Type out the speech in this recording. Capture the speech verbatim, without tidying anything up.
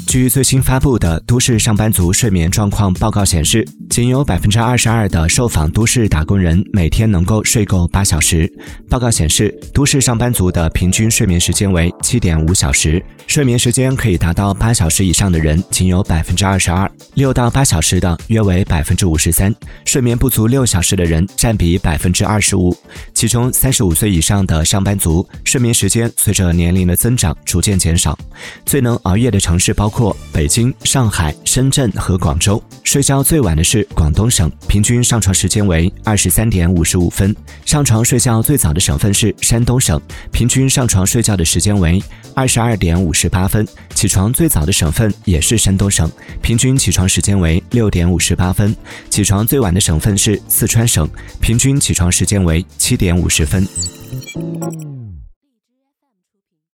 据最新发布的都市上班族睡眠状况报告显示，仅有 百分之二十二 的受访都市打工人每天能够睡够八小时。报告显示，都市上班族的平均睡眠时间为 七点五小时，睡眠时间可以达到八小时以上的人仅有 百分之二十二， 六到八小时的约为 百分之五十三， 睡眠不足六小时的人占比 百分之二十五。 其中三十五岁以上的上班族睡眠时间随着年龄的增长逐渐减少。最能熬夜的城市包括北京、上海、深圳和广州，睡觉最晚的是广东省，平均上床时间为 二十三点五十五分。上床睡觉最早的省份是山东省，平均上床睡觉的时间为 二十二点五十八分。起床最早的省份也是山东省，平均起床时间为 六点五十八分。起床最晚的省份是四川省，平均起床时间为 七点五十分。